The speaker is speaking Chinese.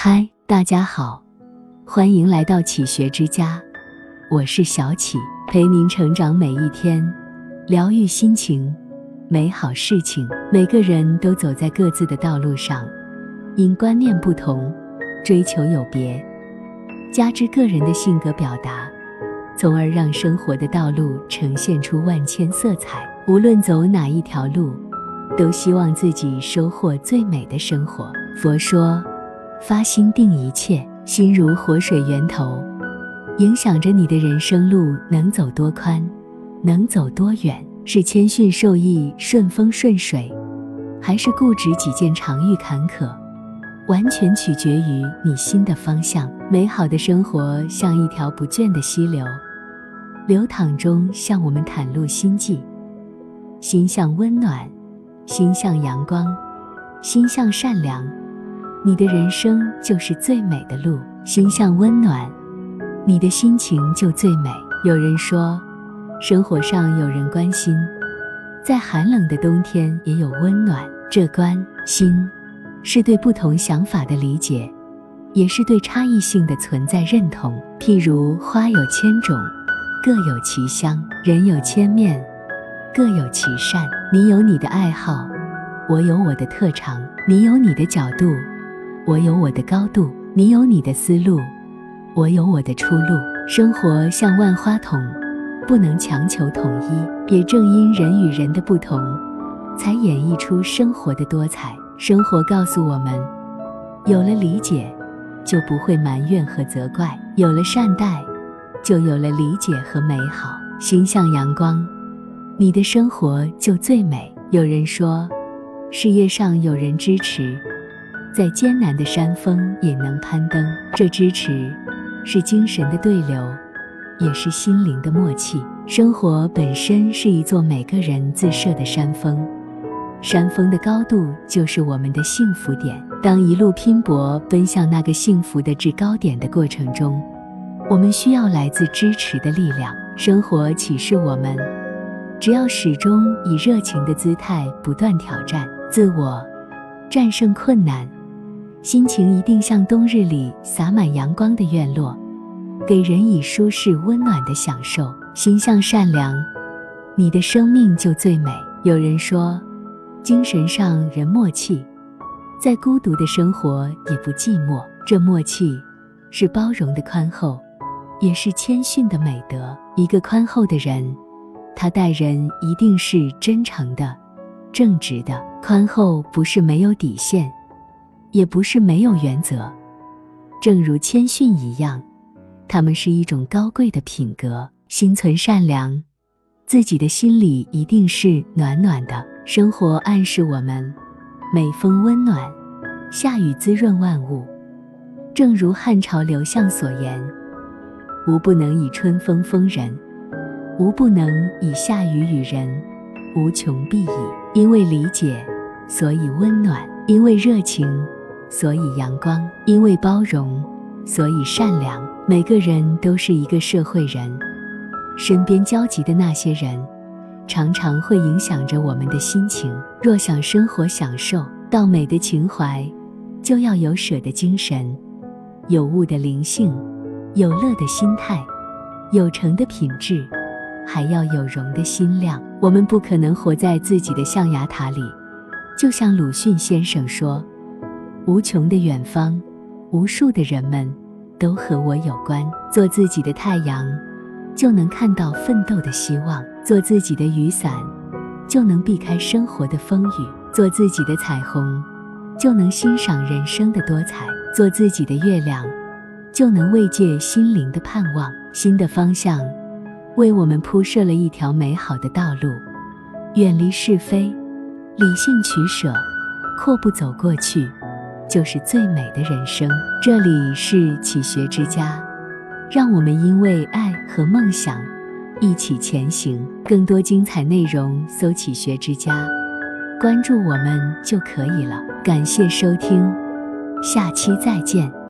嗨，大家好，欢迎来到启学之家，我是小启，陪您成长每一天，疗愈心情，美好事情。每个人都走在各自的道路上，因观念不同，追求有别，加之个人的性格表达，从而让生活的道路呈现出万千色彩。无论走哪一条路，都希望自己收获最美的生活。佛说，发心定一切，心如活水源头，影响着你的人生路能走多宽，能走多远。是谦逊受益，顺风顺水，还是固执己见，常遇坎坷，完全取决于你心的方向。美好的生活像一条不倦的溪流，流淌中向我们袒露心迹。心向温暖，心向阳光，心向善良，你的人生就是最美的路。心向温暖，你的心情就最美。有人说，生活上有人关心，在寒冷的冬天也有温暖。这关心是对不同想法的理解，也是对差异性的存在认同。譬如花有千种，各有其香；人有千面，各有其善。你有你的爱好，我有我的特长；你有你的角度，我有我的高度；你有你的思路，我有我的出路。生活像万花筒，不能强求统一，也正因人与人的不同，才演绎出生活的多彩。生活告诉我们，有了理解，就不会埋怨和责怪；有了善待，就有了理解和美好。心向阳光，你的生活就最美。有人说，事业上有人支持，在艰难的山峰也能攀登。这支持是精神的对流，也是心灵的默契。生活本身是一座每个人自设的山峰，山峰的高度就是我们的幸福点。当一路拼搏奔向那个幸福的制高点的过程中，我们需要来自支持的力量。生活启示我们，只要始终以热情的姿态不断挑战自我，战胜困难，心情一定像冬日里洒满阳光的院落，给人以舒适温暖的享受。心向善良，你的生命就最美。有人说，精神上人默契，再孤独的生活也不寂寞。这默契是包容的宽厚，也是谦逊的美德。一个宽厚的人，他待人一定是真诚的、正直的。宽厚不是没有底线，也不是没有原则，正如谦逊一样，它们是一种高贵的品格。心存善良，自己的心里一定是暖暖的。生活暗示我们，美风温暖，夏雨滋润万物。正如汉朝刘向所言，吾不能以春风风人，吾不能以夏雨雨人，无穷必矣。因为理解，所以温暖；因为热情，所以阳光；因为包容，所以善良。每个人都是一个社会人，身边交集的那些人，常常会影响着我们的心情。若想生活享受到美的情怀，就要有舍的精神，有悟的灵性，有乐的心态，有诚的品质，还要有容的心量。我们不可能活在自己的象牙塔里，就像鲁迅先生说，无穷的远方，无数的人们都和我有关。做自己的太阳，就能看到奋斗的希望；做自己的雨伞，就能避开生活的风雨；做自己的彩虹，就能欣赏人生的多彩；做自己的月亮，就能慰藉心灵的盼望。新的方向为我们铺设了一条美好的道路，远离是非，理性取舍，阔步走过去，就是最美的人生。这里是启学之家，让我们因为爱和梦想一起前行。更多精彩内容搜启学之家，关注我们就可以了。感谢收听，下期再见。